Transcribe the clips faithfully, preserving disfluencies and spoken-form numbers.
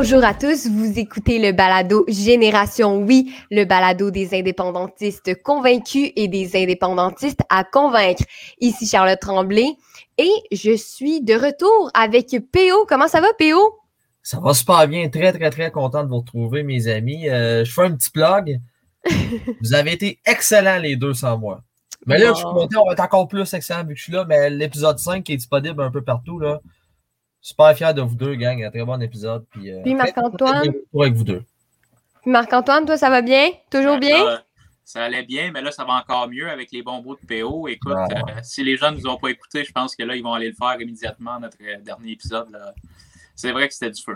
Bonjour à tous, vous écoutez le balado Génération Oui, le balado des indépendantistes convaincus et des indépendantistes à convaincre. Ici Charlotte Tremblay et je suis de retour avec P O. Comment ça va, P O? Ça va super bien, très très très content de vous retrouver, mes amis. Euh, je fais un petit plug. Vous avez été excellents les deux sans moi. Mais là, Bon. je suis content, on va être encore plus excellents vu que je suis là, mais l'épisode cinq qui est disponible un peu partout, là. Super fier de vous deux, gang. Un très bon épisode. Puis, euh, Puis très content d'être Marc-Antoine? de retour avec vous deux. Puis Marc-Antoine, toi, ça va bien? Toujours Ben bien? là, ça allait bien, mais là, ça va encore mieux avec les bons mots de P O. Écoute, Ah. euh, si les gens ne nous ont pas écoutés, je pense que là, ils vont aller le faire immédiatement, notre euh, dernier épisode. Là. C'est vrai que c'était du feu.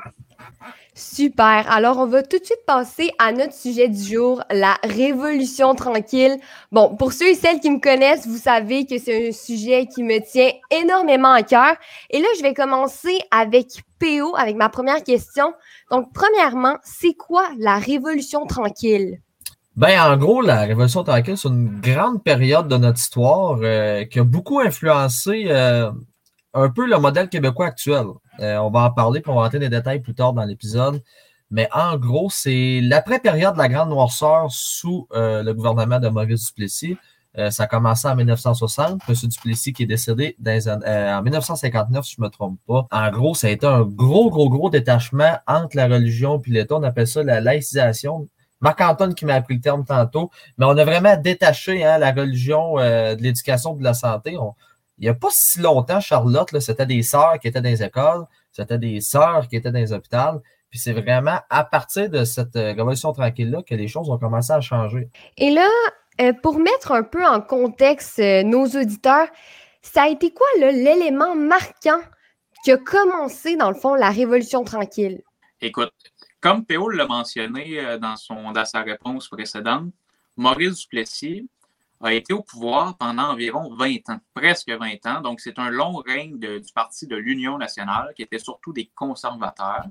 Super. Alors, on va tout de suite passer à notre sujet du jour, la Révolution tranquille. Bon, pour ceux et celles qui me connaissent, vous savez que c'est un sujet qui me tient énormément à cœur. Et là, je vais commencer avec P O, avec ma première question. Donc, premièrement, c'est quoi la Révolution tranquille? Ben, en gros, la Révolution tranquille, c'est une grande période de notre histoire euh, qui a beaucoup influencé euh, un peu le modèle québécois actuel. Euh, on va en parler, puis on va rentrer dans les détails plus tard dans l'épisode. Mais en gros, c'est l'après-période de la Grande Noirceur sous euh, le gouvernement de Maurice Duplessis. Euh, ça a commencé en mille neuf cent soixante. M. Duplessis qui est décédé dans les, euh, en mille neuf cent cinquante-neuf, si je ne me trompe pas. En gros, ça a été un gros, gros, gros détachement entre la religion et l'État. On appelle ça la laïcisation. Marc-Antoine qui m'a appris le terme tantôt. Mais on a vraiment détaché hein, la religion euh, de l'éducation et de la santé. On, il n'y a pas si longtemps, Charlotte, là, c'était des sœurs qui étaient dans les écoles, c'était des sœurs qui étaient dans les hôpitaux. Puis c'est vraiment à partir de cette euh, révolution tranquille-là que les choses ont commencé à changer. Et là, euh, pour mettre un peu en contexte euh, nos auditeurs, ça a été quoi là, l'élément marquant qui a commencé, dans le fond, la Révolution tranquille? Écoute, comme P O l'a mentionné euh, dans, son, dans sa réponse précédente, Maurice Duplessis a été au pouvoir pendant environ vingt ans, presque vingt ans. Donc, c'est un long règne de, du parti de l'Union nationale, qui était surtout des conservateurs.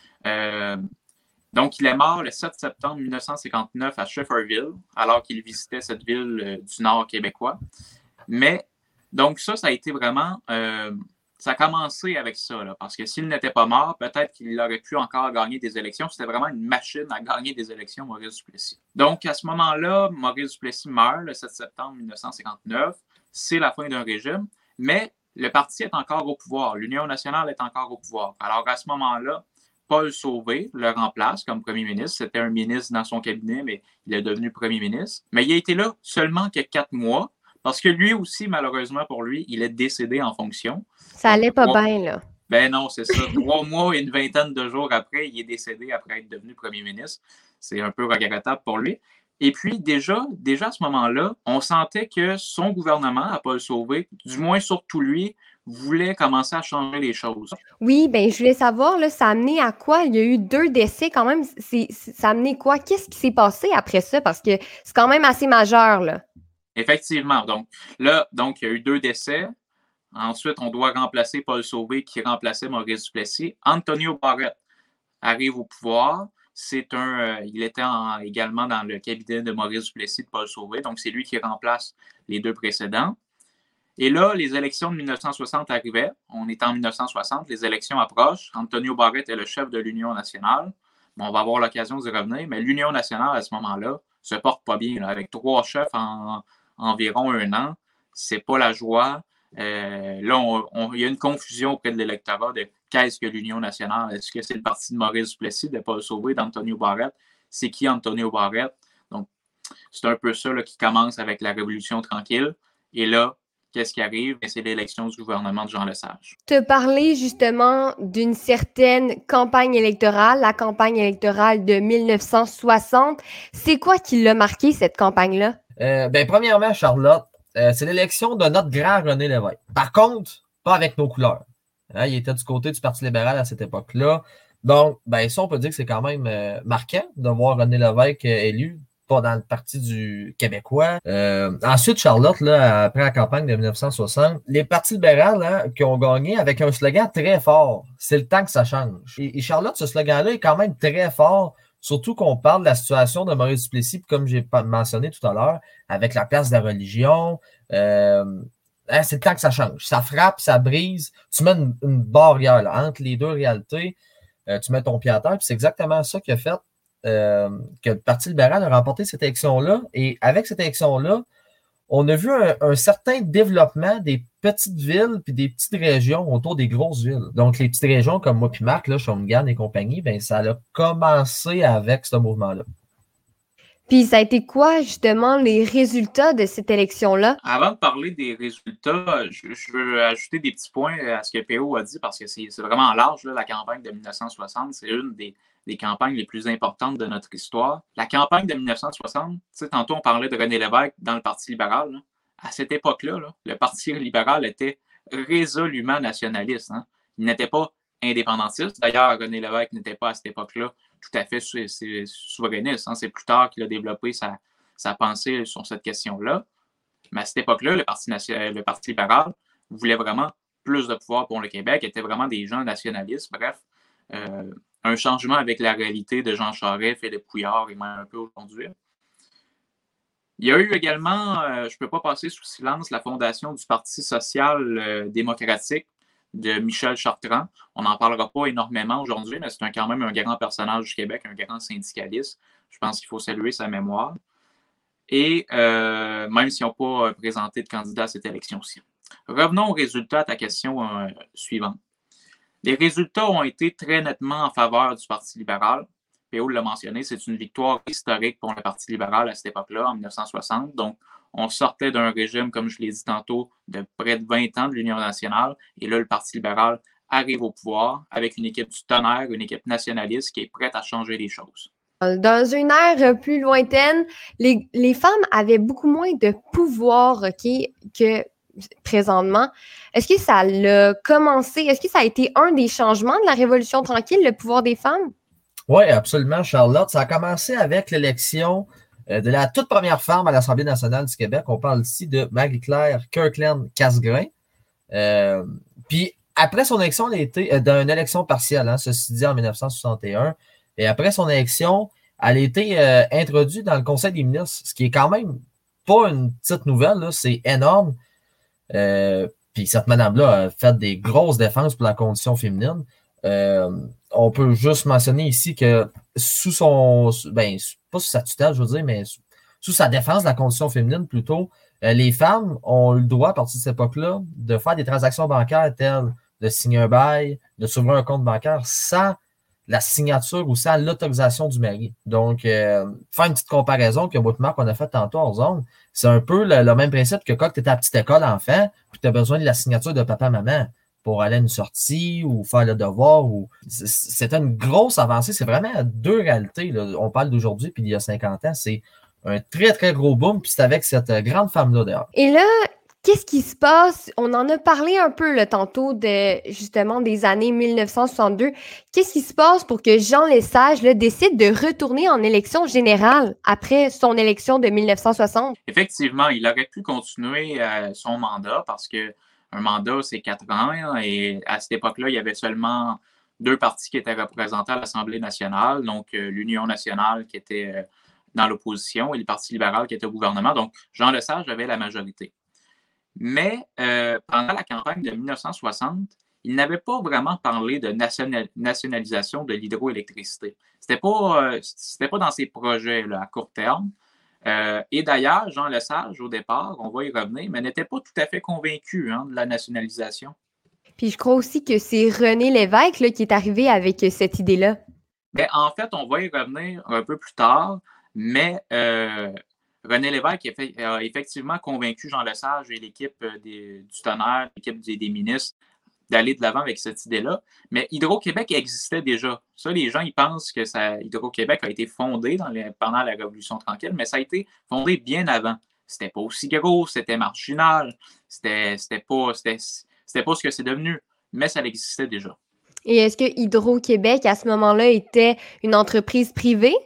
Euh, donc, il est mort le sept septembre mille neuf cent cinquante-neuf à Shefferville, alors qu'il visitait cette ville euh, du nord québécois. Mais, donc ça, ça a été vraiment... Euh, ça a commencé avec ça, là, parce que s'il n'était pas mort, peut-être qu'il aurait pu encore gagner des élections. C'était vraiment une machine à gagner des élections, Maurice Duplessis. Donc, à ce moment-là, Maurice Duplessis meurt le sept septembre mille neuf cent cinquante-neuf. C'est la fin d'un régime, mais le parti est encore au pouvoir. L'Union nationale est encore au pouvoir. Alors, à ce moment-là, Paul Sauvé le remplace comme premier ministre. C'était un ministre dans son cabinet, mais il est devenu premier ministre. Mais il a été là seulement que quatre mois, parce que lui aussi, malheureusement pour lui, il est décédé en fonction. Ça allait pas trois... bien, là. Ben non, c'est ça. Trois mois et une vingtaine de jours après, il est décédé après être devenu premier ministre. C'est un peu regrettable pour lui. Et puis, déjà, déjà à ce moment-là, on sentait que son gouvernement, à Paul Sauvé, du moins surtout lui, voulait commencer à changer les choses. Oui, bien, je voulais savoir, là, ça a amené à quoi? Il y a eu deux décès quand même. C'est, c'est, ça a amené quoi? Qu'est-ce qui s'est passé après ça? Parce que c'est quand même assez majeur, là. Effectivement. Donc, là, donc, il y a eu deux décès. Ensuite, on doit remplacer Paul Sauvé qui remplaçait Maurice Duplessis. Antonio Barrette arrive au pouvoir. C'est un, euh, il était en, également dans le cabinet de Maurice Duplessis de Paul Sauvé. Donc, c'est lui qui remplace les deux précédents. Et là, les élections de mille neuf cent soixante arrivaient. On est en mille neuf cent soixante, les élections approchent. Antonio Barrette est le chef de l'Union nationale. Bon, on va avoir l'occasion d'y revenir, mais l'Union nationale, à ce moment-là, se porte pas bien. Là. Avec trois chefs en, en environ un an, c'est pas la joie. Euh, là, on, on, il y a une confusion auprès de l'électorat de qu'est-ce que l'Union nationale? Est-ce que c'est le parti de Maurice Duplessis, de Paul Sauvé, d'Antonio Barrette? C'est qui Antonio Barrette? Donc, c'est un peu ça là, qui commence avec la Révolution tranquille. Et là, qu'est-ce qui arrive? C'est l'élection du gouvernement de Jean Lesage. Tu as parlé justement d'une certaine campagne électorale, la campagne électorale de mille neuf cent soixante. C'est quoi qui l'a marqué, cette campagne-là? Euh, ben, premièrement, Charlotte, euh, c'est l'élection de notre grand René Lévesque. Par contre, pas avec nos couleurs. Hein, il était du côté du Parti libéral à cette époque-là. Donc, ben, ça, on peut dire que c'est quand même euh, marquant de voir René Lévesque euh, élu, pas dans le Parti du Québécois. Euh, ensuite, Charlotte, là, après la campagne de mille neuf cent soixante, les partis libéraux hein, qui ont gagné avec un slogan très fort, c'est le temps que ça change. Et, et Charlotte, ce slogan-là est quand même très fort, surtout qu'on parle de la situation de Maurice Duplessis, comme j'ai mentionné tout à l'heure, avec la place de la religion. Euh, hein, c'est le temps que ça change. Ça frappe, ça brise. Tu mets une, une barrière là, entre les deux réalités. euh, tu mets ton pied à terre. Puis c'est exactement ça qui a fait euh, que le Parti libéral a remporté cette élection-là. Et avec cette élection-là, on a vu un, un certain développement des petites villes puis des petites régions autour des grosses villes. Donc, les petites régions comme moi puis Marc, là, Shawinigan et compagnie, ben ça a commencé avec ce mouvement-là. Puis ça a été quoi, justement, les résultats de cette élection-là? Avant de parler des résultats, je, je veux ajouter des petits points à ce que P O a dit parce que c'est vraiment large, là, la campagne de mille neuf cent soixante. C'est une des, des campagnes les plus importantes de notre histoire. La campagne de mille neuf cent soixante, tu sais, tantôt on parlait de René Lévesque dans le Parti libéral. Là. À cette époque-là, là, le Parti libéral était résolument nationaliste. Hein. Il n'était pas indépendantiste. D'ailleurs, René Lévesque n'était pas à cette époque-là tout à fait souverainiste. Hein. C'est plus tard qu'il a développé sa, sa pensée sur cette question-là. Mais à cette époque-là, le Parti, le Parti libéral voulait vraiment plus de pouvoir pour le Québec, étaient vraiment des gens nationalistes. Bref, euh, un changement avec la réalité de Jean Charest, Philippe Couillard et même un peu aujourd'hui. Il y a eu également, euh, je ne peux pas passer sous silence, la fondation du Parti social-démocratique de Michel Chartrand. On n'en parlera pas énormément aujourd'hui, mais c'est un, quand même un grand personnage du Québec, un grand syndicaliste. Je pense qu'il faut saluer sa mémoire. Et euh, même s'ils n'ont pas présenté de candidat à cette élection-ci. Revenons aux résultats à ta question euh, suivante. Les résultats ont été très nettement en faveur du Parti libéral. P O l'a mentionné, c'est une victoire historique pour le Parti libéral à cette époque-là, en mille neuf cent soixante. Donc, on sortait d'un régime, comme je l'ai dit tantôt, de près de vingt ans de l'Union nationale. Et là, le Parti libéral arrive au pouvoir avec une équipe du tonnerre, une équipe nationaliste qui est prête à changer les choses. Dans une ère plus lointaine, les, les femmes avaient beaucoup moins de pouvoir okay, que présentement. Est-ce que ça a commencé, est-ce que ça a été un des changements de la Révolution tranquille, le pouvoir des femmes? Oui, absolument, Charlotte. Ça a commencé avec l'élection de la toute première femme à l'Assemblée nationale du Québec. On parle ici de Marie-Claire Kirkland-Casgrain. Euh, puis après son élection, elle a été euh, d'une élection partielle, hein, ceci dit en mille neuf cent soixante et un. Et après son élection, elle a été euh, introduite dans le Conseil des ministres, ce qui est quand même pas une petite nouvelle, là, c'est énorme. Euh, puis cette madame-là a fait des grosses défenses pour la condition féminine. Euh, on peut juste mentionner ici que sous son, ben, pas sous sa tutelle, je veux dire, mais sous, sous sa défense de la condition féminine plutôt, euh, les femmes ont eu le droit, à partir de cette époque-là, de faire des transactions bancaires telles de signer un bail, de s'ouvrir un compte bancaire sans la signature ou sans l'autorisation du mari. Donc, euh, faire une petite comparaison que votre marque on a fait tantôt en zone, c'est un peu le, le même principe que quand tu étais à la petite école enfant, puis tu as besoin de la signature de papa-maman pour aller à une sortie ou faire le devoir. Ou c'est une grosse avancée. C'est vraiment deux réalités. Là. On parle d'aujourd'hui puis d'il y a cinquante ans. C'est un très, très gros boom. Puis c'est avec cette grande femme-là, d'ailleurs. Et là, qu'est-ce qui se passe? On en a parlé un peu là, tantôt de justement des années mille neuf cent soixante-deux. Qu'est-ce qui se passe pour que Jean Lesage là, décide de retourner en élection générale après son élection de mille neuf cent soixante? Effectivement, il aurait pu continuer euh, son mandat parce que un mandat, c'est quatre ans. Et à cette époque-là, il y avait seulement deux partis qui étaient représentés à l'Assemblée nationale. Donc, euh, l'Union nationale qui était euh, dans l'opposition et le Parti libéral qui était au gouvernement. Donc, Jean Lesage avait la majorité. Mais euh, pendant la campagne de mille neuf cent soixante, il n'avait pas vraiment parlé de national, nationalisation de l'hydroélectricité. Ce n'était pas, euh, c'était pas dans ses projets là, à court terme. Euh, et d'ailleurs, Jean Lesage, au départ, on va y revenir, mais n'était pas tout à fait convaincu hein, de la nationalisation. Puis je crois aussi que c'est René Lévesque là, qui est arrivé avec cette idée-là. Bien, en fait, on va y revenir un peu plus tard, mais euh, René Lévesque a effectivement convaincu Jean Lesage et l'équipe des, du tonnerre, l'équipe des, des ministres, d'aller de l'avant avec cette idée-là. Mais Hydro-Québec existait déjà. Ça, les gens, ils pensent que ça, Hydro-Québec a été fondé dans les, pendant la Révolution tranquille, mais ça a été fondé bien avant. C'était pas aussi gros, c'était marginal, c'était, c'était, pas, c'était, c'était pas ce que c'est devenu, mais ça existait déjà. Et est-ce que Hydro-Québec, à ce moment-là, était une entreprise privée?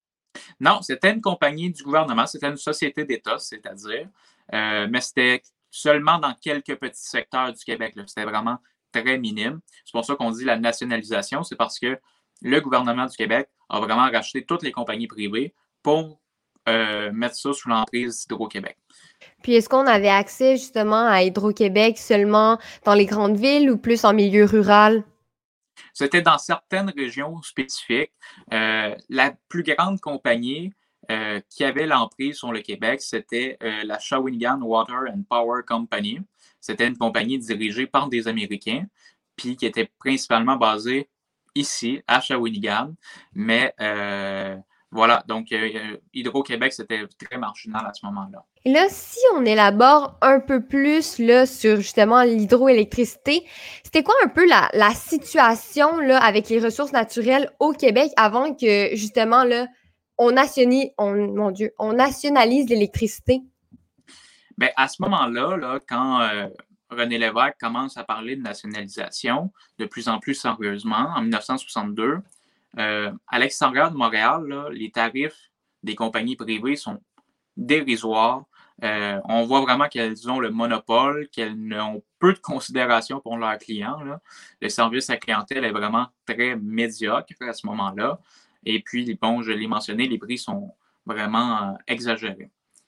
Non, c'était une compagnie du gouvernement, c'était une société d'État, c'est-à-dire, euh, mais c'était seulement dans quelques petits secteurs du Québec. Là. C'était vraiment très minime. C'est pour ça qu'on dit la nationalisation, c'est parce que le gouvernement du Québec a vraiment racheté toutes les compagnies privées pour euh, mettre ça sous l'emprise d'Hydro-Québec. Puis est-ce qu'on avait accès justement à Hydro-Québec seulement dans les grandes villes ou plus en milieu rural? C'était dans certaines régions spécifiques. Euh, la plus grande compagnie euh, qui avait l'emprise sur le Québec, c'était euh, la Shawinigan Water and Power Company. C'était une compagnie dirigée par des Américains, puis qui était principalement basée ici, à Shawinigan. Mais euh, voilà, donc euh, Hydro-Québec, c'était très marginal à ce moment-là. Et là, si on élabore un peu plus là, sur justement l'hydroélectricité, c'était quoi un peu la, la situation là, avec les ressources naturelles au Québec avant que justement là, on nationalise, on, mon Dieu, on nationalise l'électricité? Bien, à ce moment-là, là, quand euh, René Lévesque commence à parler de nationalisation de plus en plus sérieusement, en dix-neuf cent soixante-deux, euh, à l'extérieur de Montréal, là, les tarifs des compagnies privées sont dérisoires. Euh, on voit vraiment qu'elles ont le monopole, qu'elles ont peu de considération pour leurs clients. Là. Le service à clientèle est vraiment très médiocre à ce moment-là. Et puis, bon, je l'ai mentionné, les prix sont vraiment euh, exagérés.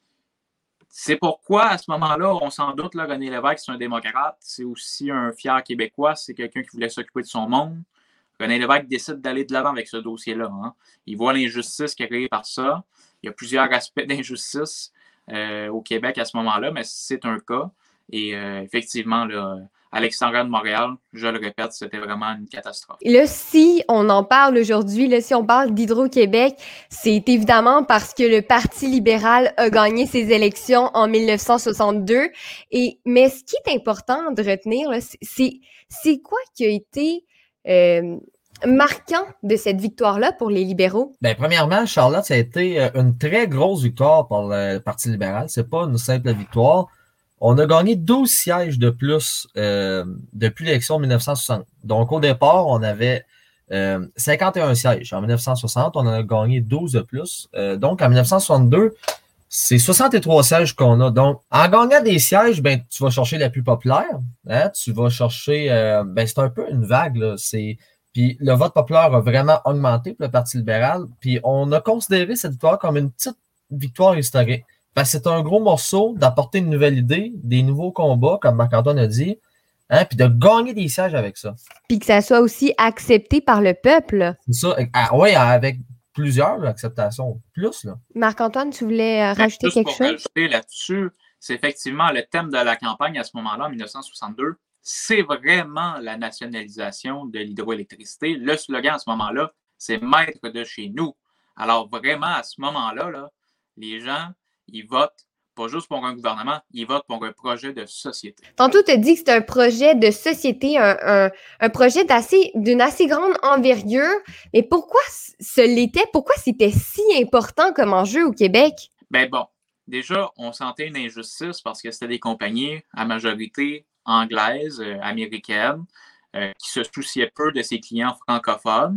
C'est pourquoi, à ce moment-là, on s'en doute, là, René Lévesque, c'est un démocrate, c'est aussi un fier Québécois, c'est quelqu'un qui voulait s'occuper de son monde. René Lévesque décide d'aller de l'avant avec ce dossier-là. Hein. Il voit l'injustice qui est créée par ça. Il y a plusieurs aspects d'injustice euh, au Québec à ce moment-là, mais c'est un cas. Et euh, effectivement, là, à l'extérieur de Montréal, je le répète, c'était vraiment une catastrophe. Là, si on en parle aujourd'hui, là, si on parle d'Hydro-Québec, c'est évidemment parce que le Parti libéral a gagné ses élections en dix-neuf cent soixante-deux. Et, mais ce qui est important de retenir, là, c'est, c'est quoi qui a été euh, marquant de cette victoire-là pour les libéraux? Bien, premièrement, Charlotte, ça a été une très grosse victoire pour le Parti libéral. C'est pas une simple victoire. On a gagné douze sièges de plus euh, depuis l'élection de dix-neuf cent soixante. Donc, au départ, on avait euh, cinquante et un sièges. En dix-neuf cent soixante, on en a gagné douze de plus. Euh, donc, en dix-neuf cent soixante-deux, c'est soixante-trois sièges qu'on a. Donc, en gagnant des sièges, ben, tu vas chercher la plus populaire. Hein? Tu vas chercher... Euh, ben, c'est un peu une vague, là. C'est... Puis le vote populaire a vraiment augmenté pour le Parti libéral. Puis on a considéré cette victoire comme une petite victoire historique. Parce que c'est un gros morceau d'apporter une nouvelle idée, des nouveaux combats, comme Marc-Antoine a dit, hein, puis de gagner des sièges avec ça. Puis que ça soit aussi accepté par le peuple. C'est ça. Ah, oui, avec plusieurs acceptations. Plus, là. Marc-Antoine, tu voulais euh, rajouter Juste quelque pour chose? rajouter là-dessus, c'est effectivement le thème de la campagne à ce moment-là, en dix-neuf cent soixante-deux. C'est vraiment la nationalisation de l'hydroélectricité. Le slogan à ce moment-là, c'est « Maître de chez nous ». Alors vraiment, à ce moment-là, là, les gens, ils votent pas juste pour un gouvernement, ils votent pour un projet de société. Tantôt, tu as dit que c'est un projet de société, un, un, un projet d'assez, d'une assez grande envergure. Mais pourquoi ce l'était? Pourquoi c'était si important comme enjeu au Québec? Ben bon, déjà, on sentait une injustice parce que c'était des compagnies à majorité anglaise, euh, américaine, euh, qui se souciaient peu de ses clients francophones.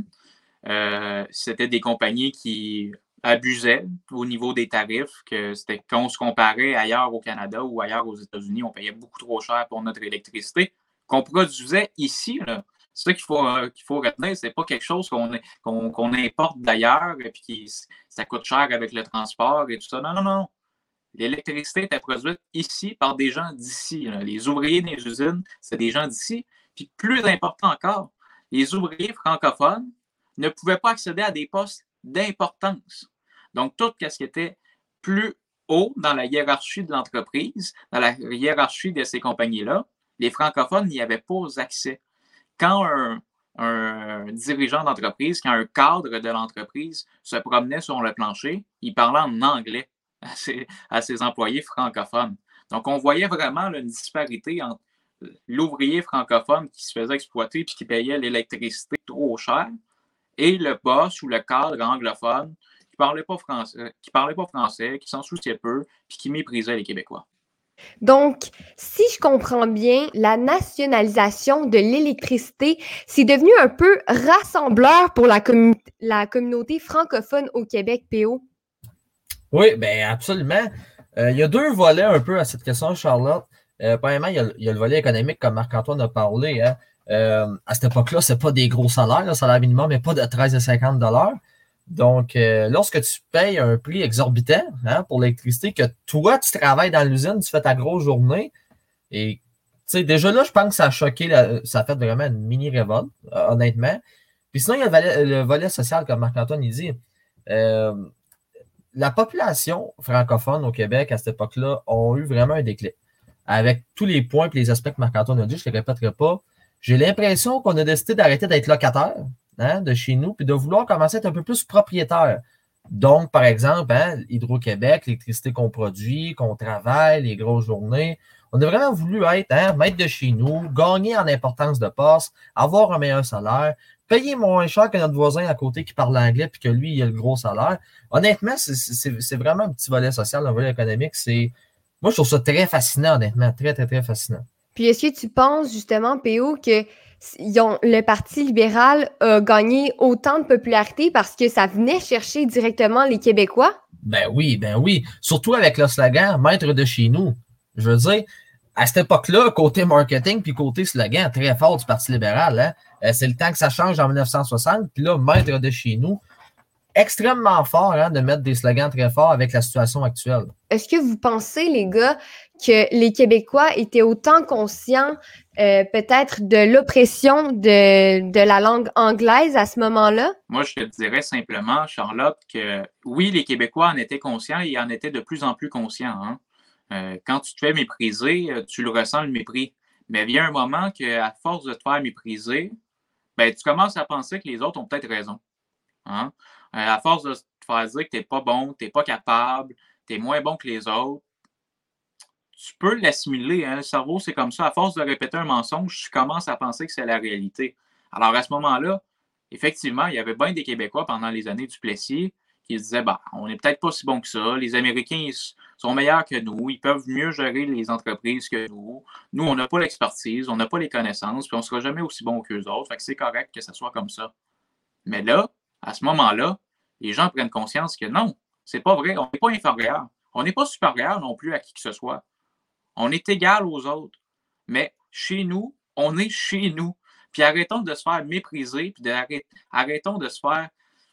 Euh, c'était des compagnies qui abusaient au niveau des tarifs, que c'était qu'on se comparait ailleurs au Canada ou ailleurs aux États-Unis, on payait beaucoup trop cher pour notre électricité, qu'on produisait ici, là. C'est ça qu'il faut, euh, qu'il faut retenir, c'est pas quelque chose qu'on, qu'on, qu'on importe d'ailleurs et puis qui, ça coûte cher avec le transport et tout ça. Non, non, non. L'électricité était produite ici par des gens d'ici. Là. Les ouvriers des usines, c'est des gens d'ici. Puis plus important encore, les ouvriers francophones ne pouvaient pas accéder à des postes d'importance. Donc, tout ce qui était plus haut dans la hiérarchie de l'entreprise, dans la hiérarchie de ces compagnies-là, les francophones n'y avaient pas accès. Quand un, un dirigeant d'entreprise, quand un cadre de l'entreprise se promenait sur le plancher, il parlait en anglais à ses, à ses employés francophones. Donc, on voyait vraiment là, une disparité entre l'ouvrier francophone qui se faisait exploiter et qui payait l'électricité trop cher et le boss ou le cadre anglophone qui ne parlait pas français, qui parlait pas français, qui s'en souciait peu puis qui méprisait les Québécois. Donc, si je comprends bien, la nationalisation de l'électricité, c'est devenu un peu rassembleur pour la, commun- la communauté francophone au Québec, P O. Oui, bien absolument. Euh, il y a deux volets un peu à cette question, Charlotte. Euh, premièrement, il y, a, il y a le volet économique, comme Marc-Antoine a parlé. Hein. Euh, à cette époque-là, ce n'est pas des gros salaires, le salaire minimum n'est pas de treize à cinquante dollars. Donc, euh, lorsque tu payes un prix exorbitant hein, pour l'électricité, que toi, tu travailles dans l'usine, tu fais ta grosse journée et sais, déjà là, je pense que ça a choqué, la, ça a fait vraiment une mini-révolte, euh, honnêtement. Puis sinon, il y a le volet, le volet social, comme Marc-Antoine il dit. Euh, la population francophone au Québec, à cette époque-là, ont eu vraiment un déclic. Avec tous les points et les aspects que Marc-Antoine a dit, je ne les répéterai pas. J'ai l'impression qu'on a décidé d'arrêter d'être locataire, hein, de chez nous, puis de vouloir commencer à être un peu plus propriétaire. Donc, par exemple, hein, Hydro-Québec, l'électricité qu'on produit, qu'on travaille, les grosses journées. On a vraiment voulu être hein, maître de chez nous, gagner en importance de poste, avoir un meilleur salaire, payer moins cher que notre voisin à côté qui parle anglais puis que lui, il a le gros salaire. Honnêtement, c'est, c'est, c'est vraiment un petit volet social, un volet économique. C'est... Moi, je trouve ça très fascinant, honnêtement. Très, très, très fascinant. Puis est-ce que tu penses justement, P O, que ils ont, le Parti libéral a gagné autant de popularité parce que ça venait chercher directement les Québécois? Ben oui, ben oui. Surtout avec le slogan « Maître de chez nous ». Je veux dire, à cette époque-là, côté marketing puis côté slogan, très fort du Parti libéral. Hein? Euh, c'est le temps que ça change en dix-neuf cent soixante. Puis là, Maître de chez nous, extrêmement fort hein, de mettre des slogans très forts avec la situation actuelle. Est-ce que vous pensez, les gars, que les Québécois étaient autant conscients euh, peut-être de l'oppression de, de la langue anglaise à ce moment-là? Moi, je te dirais simplement, Charlotte, que oui, les Québécois en étaient conscients et en étaient de plus en plus conscients. Hein? Euh, quand tu te fais mépriser, tu le ressens, le mépris. Mais il y a un moment qu'à force de te faire mépriser, ben, tu commences à penser que les autres ont peut-être raison. Hein? Euh, à force de te faire dire que tu n'es pas bon, tu n'es pas capable, tu es moins bon que les autres, tu peux l'assimiler. Hein? Le cerveau, c'est comme ça. À force de répéter un mensonge, tu commences à penser que c'est la réalité. Alors, à ce moment-là, effectivement, il y avait bien des Québécois pendant les années du Plessis qui se disaient bah, on n'est peut-être pas si bon que ça. Les Américains ils sont meilleurs que nous. Ils peuvent mieux gérer les entreprises que nous. Nous, on n'a pas l'expertise, on n'a pas les connaissances, puis on ne sera jamais aussi bon qu'eux autres. Fait que c'est correct que ça soit comme ça. Mais là, à ce moment-là, les gens prennent conscience que non, c'est pas vrai. On n'est pas inférieur. On n'est pas supérieur non plus à qui que ce soit. On est égal aux autres. Mais chez nous, on est chez nous. Puis arrêtons de se faire mépriser, puis de, arrêtons de se faire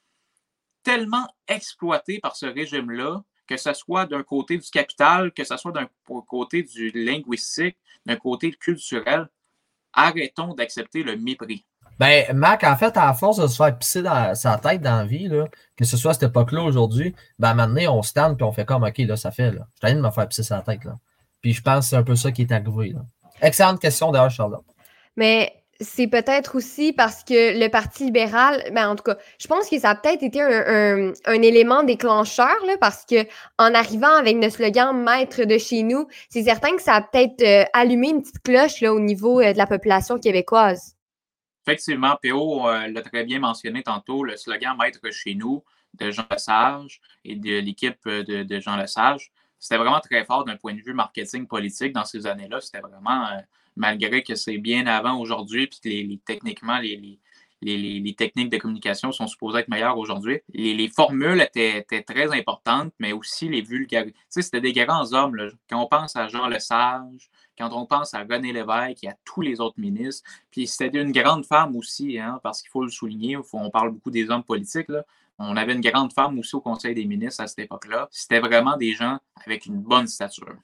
tellement exploiter par ce régime-là, que ce soit d'un côté du capital, que ce soit d'un côté du linguistique, d'un côté culturel. Arrêtons d'accepter le mépris. Ben, Mac, en fait, à force de se faire pisser dans sa tête dans la vie, là, que ce soit à cette époque-là aujourd'hui, ben, à un moment donné, on se tente puis on fait comme, OK, là, ça fait, là. Je suis de me faire pisser sa tête, là. Puis je pense que c'est un peu ça qui est arrivé, là. Excellente question, d'ailleurs, Charlotte. Mais c'est peut-être aussi parce que le Parti libéral, ben en tout cas, je pense que ça a peut-être été un, un, un élément déclencheur, là, parce que en arrivant avec le slogan « Maître de chez nous », c'est certain que ça a peut-être euh, allumé une petite cloche là, au niveau euh, de la population québécoise. Effectivement, P O euh, l'a très bien mentionné tantôt, le slogan « Maître chez nous » de Jean Lesage et de l'équipe de, de Jean Lesage, c'était vraiment très fort d'un point de vue marketing politique dans ces années-là. C'était vraiment, euh, malgré que c'est bien avant aujourd'hui, puis que les, les, techniquement, les, les, les, les techniques de communication sont supposées être meilleures aujourd'hui, les, les formules étaient, étaient très importantes, mais aussi les vulgarités. Tu sais, c'était des grands hommes. Là. Quand on pense à Jean Lesage, quand on pense à René Lévesque et à tous les autres ministres, puis c'était une grande femme aussi, hein, parce qu'il faut le souligner, faut, on parle beaucoup des hommes politiques, là. On avait une grande femme aussi au Conseil des ministres à cette époque-là. C'était vraiment des gens avec une bonne stature.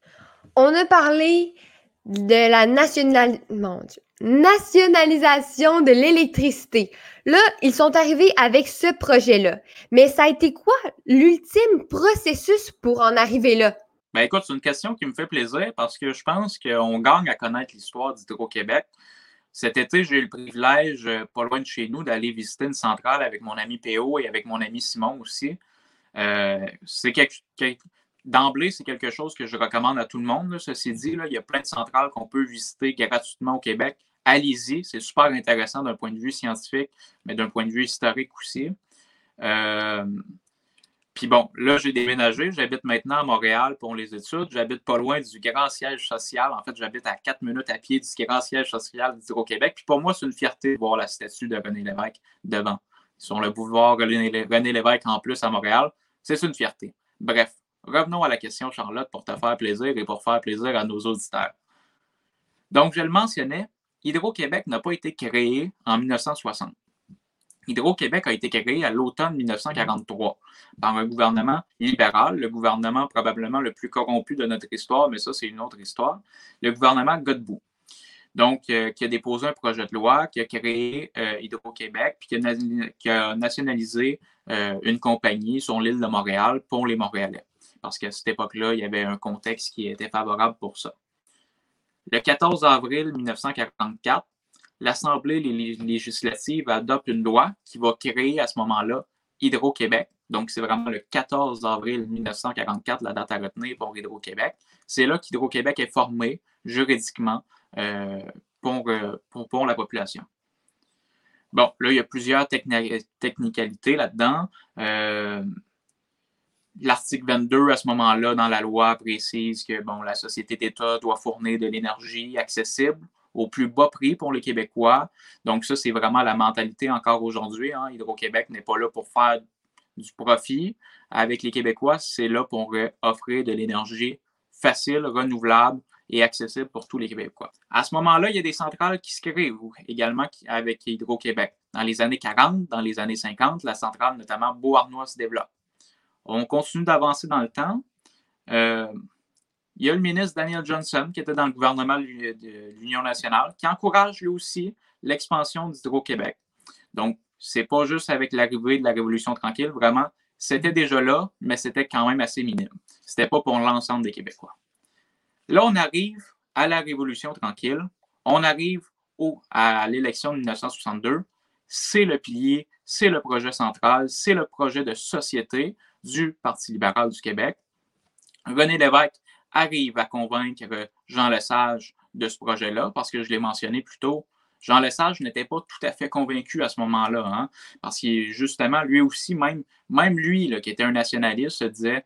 On a parlé de la national... Mon Dieu. nationalisation de l'électricité. Là, ils sont arrivés avec ce projet-là. Mais ça a été quoi l'ultime processus pour en arriver là? Ben écoute, c'est une question qui me fait plaisir parce que je pense qu'on gagne à connaître l'histoire d'Hydro-Québec. Cet été, j'ai eu le privilège, pas loin de chez nous, d'aller visiter une centrale avec mon ami P O et avec mon ami Simon aussi. Euh, c'est quelque, quelque, d'emblée, c'est quelque chose que je recommande à tout le monde. Là. Ceci dit, là, il y a plein de centrales qu'on peut visiter gratuitement au Québec. Allez-y, c'est super intéressant d'un point de vue scientifique, mais d'un point de vue historique aussi. Euh, Puis bon, là, j'ai déménagé. J'habite maintenant à Montréal pour les études. J'habite pas loin du grand siège social. En fait, j'habite à quatre minutes à pied du grand siège social d'Hydro-Québec. Puis pour moi, c'est une fierté de voir la statue de René Lévesque devant. Sur le boulevard René Lévesque en plus à Montréal. C'est une fierté. Bref, revenons à la question, Charlotte, pour te faire plaisir et pour faire plaisir à nos auditeurs. Donc, je le mentionnais, Hydro-Québec n'a pas été créé en dix-neuf cent soixante. Hydro-Québec a été créé à l'automne dix-neuf cent quarante-trois par un gouvernement libéral, le gouvernement probablement le plus corrompu de notre histoire, mais ça, c'est une autre histoire, le gouvernement Godbout. donc euh, qui a déposé un projet de loi, qui a créé euh, Hydro-Québec, puis qui a, na- qui a nationalisé euh, une compagnie sur l'île de Montréal pour les Montréalais. Parce qu'à cette époque-là, il y avait un contexte qui était favorable pour ça. Le quatorze avril mille neuf cent quarante-quatre, l'Assemblée législative adopte une loi qui va créer à ce moment-là Hydro-Québec. Donc, c'est vraiment le quatorze avril mille neuf cent quarante-quatre, la date à retenir pour Hydro-Québec. C'est là qu'Hydro-Québec est formé juridiquement euh, pour, euh, pour, pour la population. Bon, là, il y a plusieurs techni- technicalités là-dedans. Euh, L'article vingt-deux, à ce moment-là, dans la loi, précise que bon, la société d'État doit fournir de l'énergie accessible au plus bas prix pour les Québécois. Donc, ça, c'est vraiment la mentalité encore aujourd'hui. Hein. Hydro-Québec n'est pas là pour faire du profit avec les Québécois, c'est là pour offrir de l'énergie facile, renouvelable et accessible pour tous les Québécois. À ce moment-là, il y a des centrales qui se créent également avec Hydro-Québec. Dans les années quarante, dans les années cinquante, la centrale, notamment Beauharnois, se développe. On continue d'avancer dans le temps. Euh, il y a le ministre Daniel Johnson, qui était dans le gouvernement de l'Union nationale, qui encourage lui aussi l'expansion d'Hydro-Québec. Donc, c'est pas juste avec l'arrivée de la Révolution tranquille, vraiment, c'était déjà là, mais c'était quand même assez minime. C'était pas pour l'ensemble des Québécois. Là, on arrive à la Révolution tranquille, on arrive au, à l'élection de mille neuf cent soixante-deux, c'est le pilier, c'est le projet central, c'est le projet de société du Parti libéral du Québec. René Lévesque arrive à convaincre Jean Lesage de ce projet-là, parce que je l'ai mentionné plus tôt, Jean Lesage n'était pas tout à fait convaincu à ce moment-là, hein, parce que justement, lui aussi, même, même lui, là, qui était un nationaliste, se disait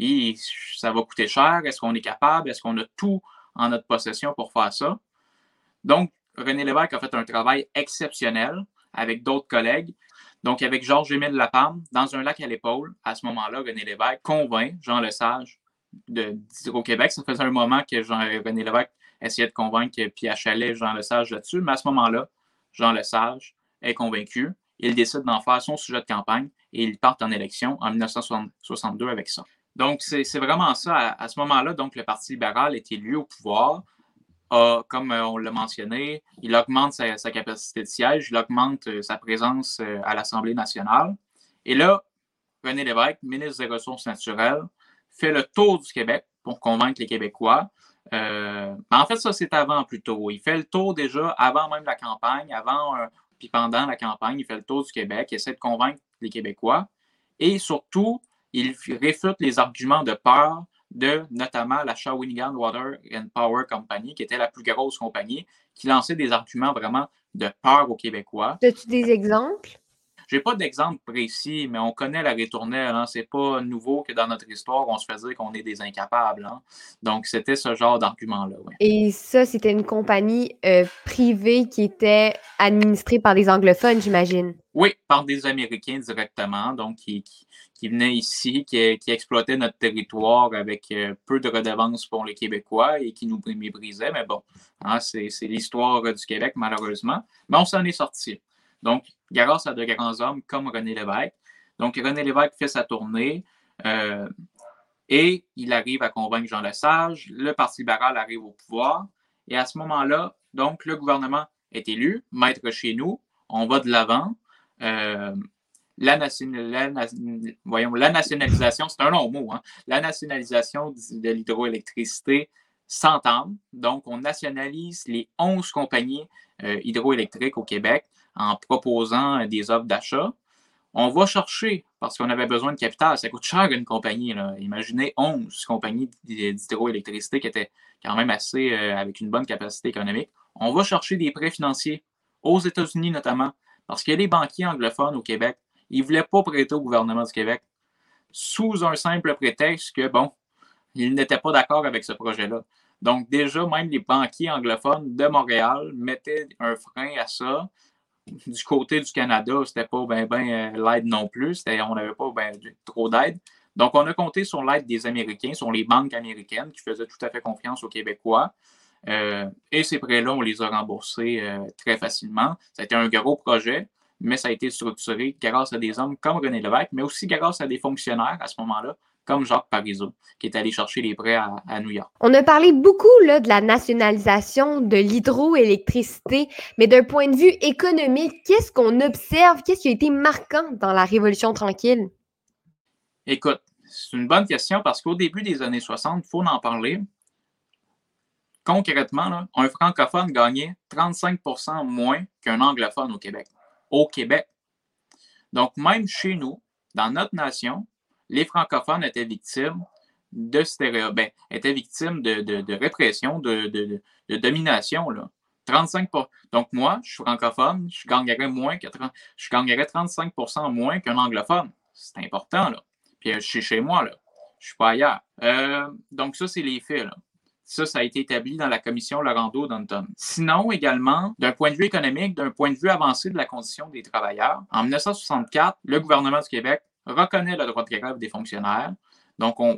« ça va coûter cher, est-ce qu'on est capable, est-ce qu'on a tout en notre possession pour faire ça? » Donc, René Lévesque a fait un travail exceptionnel avec d'autres collègues. Donc, avec Georges-Émile Lapalme, dans un lac à l'épaule, à ce moment-là, René Lévesque convainc Jean Lesage d'Hydro-Québec. Ça faisait un moment que Jean, René Lévesque essayait de convaincre Pierre Chalet, Jean Lesage là-dessus, mais à ce moment-là, Jean Lesage est convaincu. Il décide d'en faire son sujet de campagne et il part en élection en mille neuf cent soixante-deux avec ça. Donc, c'est, c'est vraiment ça. À, à ce moment-là, donc, le Parti libéral est élu au pouvoir. A, comme on l'a mentionné, il augmente sa, sa capacité de siège, il augmente euh, sa présence euh, à l'Assemblée nationale. Et là, René Lévesque, ministre des Ressources naturelles, fait le tour du Québec pour convaincre les Québécois. Euh, en fait, ça, c'est avant plutôt. Il fait le tour déjà avant même la campagne, avant euh, puis pendant la campagne, il fait le tour du Québec, il essaie de convaincre les Québécois. Et surtout, il réfute les arguments de peur de notamment la Shawinigan Water and Power Company, qui était la plus grosse compagnie, qui lançait des arguments vraiment de peur aux Québécois. As-tu des exemples? Je n'ai pas d'exemple précis, mais on connaît la ritournelle. Hein. Ce n'est pas nouveau que dans notre histoire, on se fait dire qu'on est des incapables. Hein. Donc, c'était ce genre d'argument-là. Ouais. Et ça, c'était une compagnie euh, privée qui était administrée par des anglophones, j'imagine. Oui, par des Américains directement, donc qui, qui, qui venaient ici, qui, qui exploitaient notre territoire avec euh, peu de redevances pour les Québécois et qui nous méprisaient. Mais bon, hein, c'est, c'est l'histoire du Québec, malheureusement. Mais on s'en est sorti. Donc, grâce à de grands hommes comme René Lévesque. Donc, René Lévesque fait sa tournée euh, et il arrive à convaincre Jean Lesage. Le Parti libéral arrive au pouvoir. Et à ce moment-là, donc, le gouvernement est élu, maître chez nous. On va de l'avant. Euh, la, nation, la, voyons, la nationalisation, c'est un long mot, hein? La nationalisation de l'hydroélectricité s'entame. Donc, on nationalise les onze compagnies euh, hydroélectriques au Québec en proposant des offres d'achat. On va chercher, parce qu'on avait besoin de capital, ça coûte cher une compagnie. Là. Imaginez onze compagnies d'hydroélectricité qui étaient quand même assez, euh, avec une bonne capacité économique. On va chercher des prêts financiers, aux États-Unis notamment, parce que les banquiers anglophones au Québec, ils ne voulaient pas prêter au gouvernement du Québec sous un simple prétexte que, bon, ils n'étaient pas d'accord avec ce projet-là. Donc, déjà, même les banquiers anglophones de Montréal mettaient un frein à ça. Du côté du Canada, c'était pas bien ben, euh, l'aide non plus. C'était, on n'avait pas ben, trop d'aide. Donc, on a compté sur l'aide des Américains, sur les banques américaines qui faisaient tout à fait confiance aux Québécois. Euh, et ces prêts-là, on les a remboursés euh, très facilement. Ça a été un gros projet, mais ça a été structuré grâce à des hommes comme René Lévesque, mais aussi grâce à des fonctionnaires à ce moment-là, comme Jacques Parizeau, qui est allé chercher les prêts à, à New York. On a parlé beaucoup là, de la nationalisation de l'hydroélectricité, mais d'un point de vue économique, qu'est-ce qu'on observe? Qu'est-ce qui a été marquant dans la Révolution tranquille? Écoute, c'est une bonne question parce qu'au début des années soixante, il faut en parler. Concrètement, là, un francophone gagnait trente-cinq pour cent moins qu'un anglophone au Québec. Au Québec. Donc, même chez nous, dans notre nation, les francophones étaient victimes de stéréo... ben, étaient victimes de, de, de répression, de, de, de domination. Là. trente-cinq pour cent. Donc, moi, je suis francophone, je gagnerais moins que trente... je gagnerais trente-cinq pour cent moins qu'un anglophone. C'est important, là. Puis, je suis chez moi, là. Je suis pas ailleurs. Euh, donc, ça, c'est les faits, là. Ça, ça a été établi dans la commission Laurando-Dunton. Sinon, également, d'un point de vue économique, d'un point de vue avancé de la condition des travailleurs, en dix-neuf cent soixante-quatre, le gouvernement du Québec reconnaît le droit de grève des fonctionnaires. Donc, on,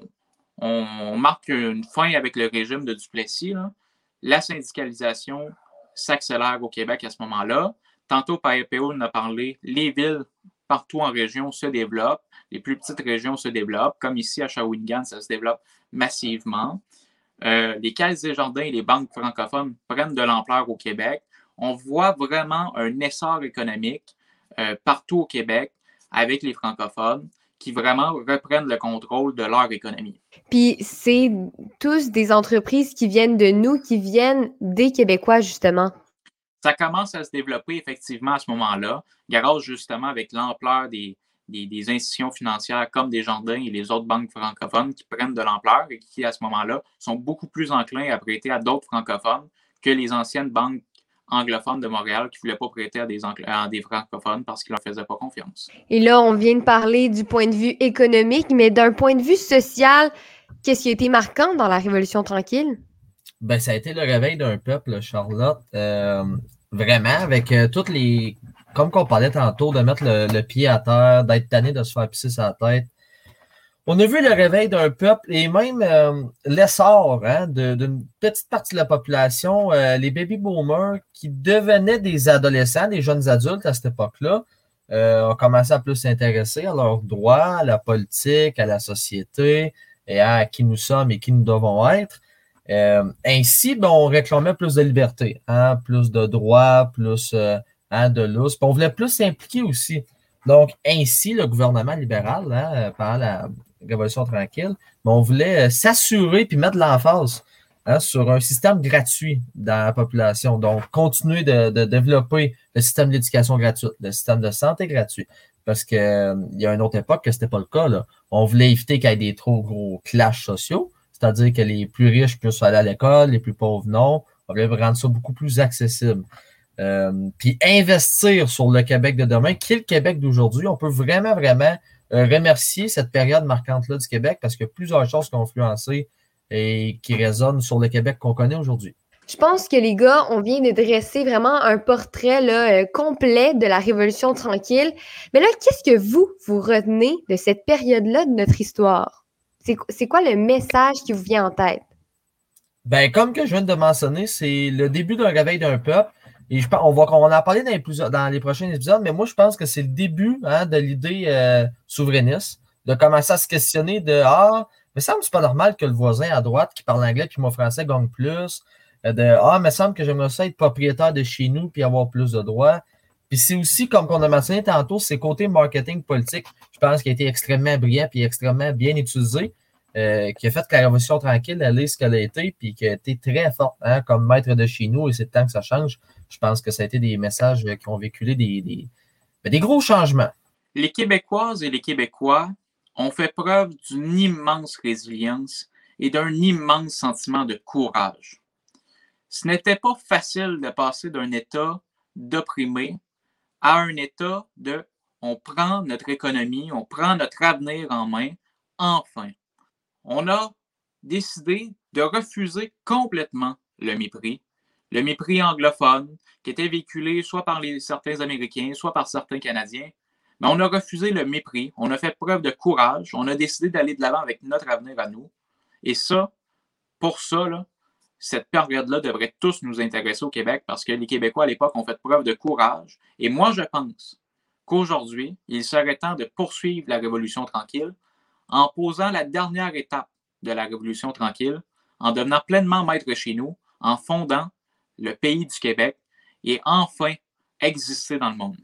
on marque une fin avec le régime de Duplessis. Là. La syndicalisation s'accélère au Québec à ce moment-là. Tantôt, P O en a parlé, les villes partout en région se développent, les plus petites régions se développent, comme ici à Shawinigan, ça se développe massivement. Euh, les caisses des jardins et les banques francophones prennent de l'ampleur au Québec. On voit vraiment un essor économique euh, partout au Québec avec les francophones qui vraiment reprennent le contrôle de leur économie. Puis c'est tous des entreprises qui viennent de nous, qui viennent des Québécois, justement. Ça commence à se développer effectivement à ce moment-là, grâce justement avec l'ampleur des, Des, des institutions financières comme Desjardins et les autres banques francophones qui prennent de l'ampleur et qui, à ce moment-là, sont beaucoup plus enclins à prêter à d'autres francophones que les anciennes banques anglophones de Montréal qui ne voulaient pas prêter à des, à des francophones parce qu'ils ne leur faisaient pas confiance. Et là, on vient de parler du point de vue économique, mais d'un point de vue social, qu'est-ce qui a été marquant dans la Révolution tranquille? Ben, ça a été le réveil d'un peuple, Charlotte. Euh, vraiment, avec euh, toutes les... Comme qu'on parlait tantôt, de mettre le, le pied à terre, d'être tanné de se faire pisser sa tête. On a vu le réveil d'un peuple et même euh, l'essor hein, de, d'une petite partie de la population, euh, les baby boomers qui devenaient des adolescents, des jeunes adultes à cette époque-là, euh, ont commencé à plus s'intéresser à leurs droits, à la politique, à la société et à qui nous sommes et qui nous devons être. Euh, ainsi, ben, on réclamait plus de liberté, hein, plus de droits, plus... Euh, Hein, de lousse. Puis on voulait plus s'impliquer aussi. Donc, ainsi, le gouvernement libéral, hein, pendant la Révolution tranquille, on voulait s'assurer puis mettre l'emphase hein, sur un système gratuit dans la population. Donc, continuer de, de développer le système d'éducation gratuite, le système de santé gratuit. Parce qu'il euh, y a une autre époque que c'était pas le cas. Là. On voulait éviter qu'il y ait des trop gros clashs sociaux, c'est-à-dire que les plus riches puissent aller à l'école, les plus pauvres non. On voulait rendre ça beaucoup plus accessible. Euh, puis investir sur le Québec de demain, qui est le Québec d'aujourd'hui. On peut vraiment, vraiment euh, remercier cette période marquante-là du Québec parce qu'il y a plusieurs choses qui ont influencé et qui résonnent sur le Québec qu'on connaît aujourd'hui. Je pense que les gars, on vient de dresser vraiment un portrait là, euh, complet de la Révolution tranquille. Mais là, qu'est-ce que vous, vous retenez de cette période-là de notre histoire? C'est, c'est quoi le message qui vous vient en tête? Ben, comme que je viens de mentionner, c'est le début d'un réveil d'un peuple. Et je pense, on va on en a parlé dans les, plusieurs, dans les prochains épisodes, mais moi, je pense que c'est le début hein, de l'idée euh, souverainiste, de commencer à se questionner de Ah, mais ça me semble que c'est pas normal que le voisin à droite qui parle anglais puis moi français gagne plus. De Ah, mais ça me semble que j'aimerais ça être propriétaire de chez nous puis avoir plus de droits. Puis c'est aussi, comme on a mentionné tantôt, c'est côté marketing politique, je pense qu'il a été extrêmement brillant puis extrêmement bien utilisé. Euh, qui a fait que la Révolution tranquille, elle est ce qu'elle a été, puis qui a été très forte hein, comme maître de chez nous, et c'est le temps que ça change. Je pense que ça a été des messages qui ont véhiculé des, des, des gros changements. Les Québécoises et les Québécois ont fait preuve d'une immense résilience et d'un immense sentiment de courage. Ce n'était pas facile de passer d'un état d'opprimé à un état de on prend notre économie, on prend notre avenir en main, enfin. On a décidé de refuser complètement le mépris, le mépris anglophone qui était véhiculé soit par les, certains Américains, soit par certains Canadiens. Mais on a refusé le mépris, on a fait preuve de courage, on a décidé d'aller de l'avant avec notre avenir à nous. Et ça, pour ça, là, cette période-là devrait tous nous intéresser au Québec parce que les Québécois à l'époque ont fait preuve de courage. Et moi, je pense qu'aujourd'hui, il serait temps de poursuivre la Révolution tranquille en posant la dernière étape de la Révolution tranquille, en devenant pleinement maître chez nous, en fondant le pays du Québec et enfin exister dans le monde.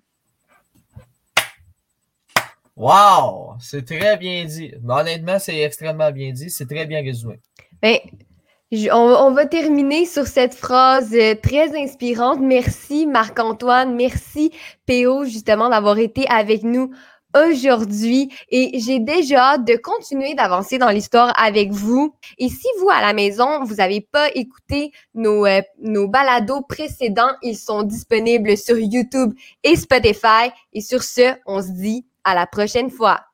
Wow! C'est très bien dit. Mais honnêtement, c'est extrêmement bien dit. C'est très bien résumé. Ben, je- on, on va terminer sur cette phrase euh, très inspirante. Merci Marc-Antoine, merci P O justement d'avoir été avec nous aujourd'hui et j'ai déjà hâte de continuer d'avancer dans l'histoire avec vous. Et si vous, à la maison, vous n'avez pas écouté nos, euh, nos balados précédents, ils sont disponibles sur YouTube et Spotify. Et sur ce, on se dit à la prochaine fois.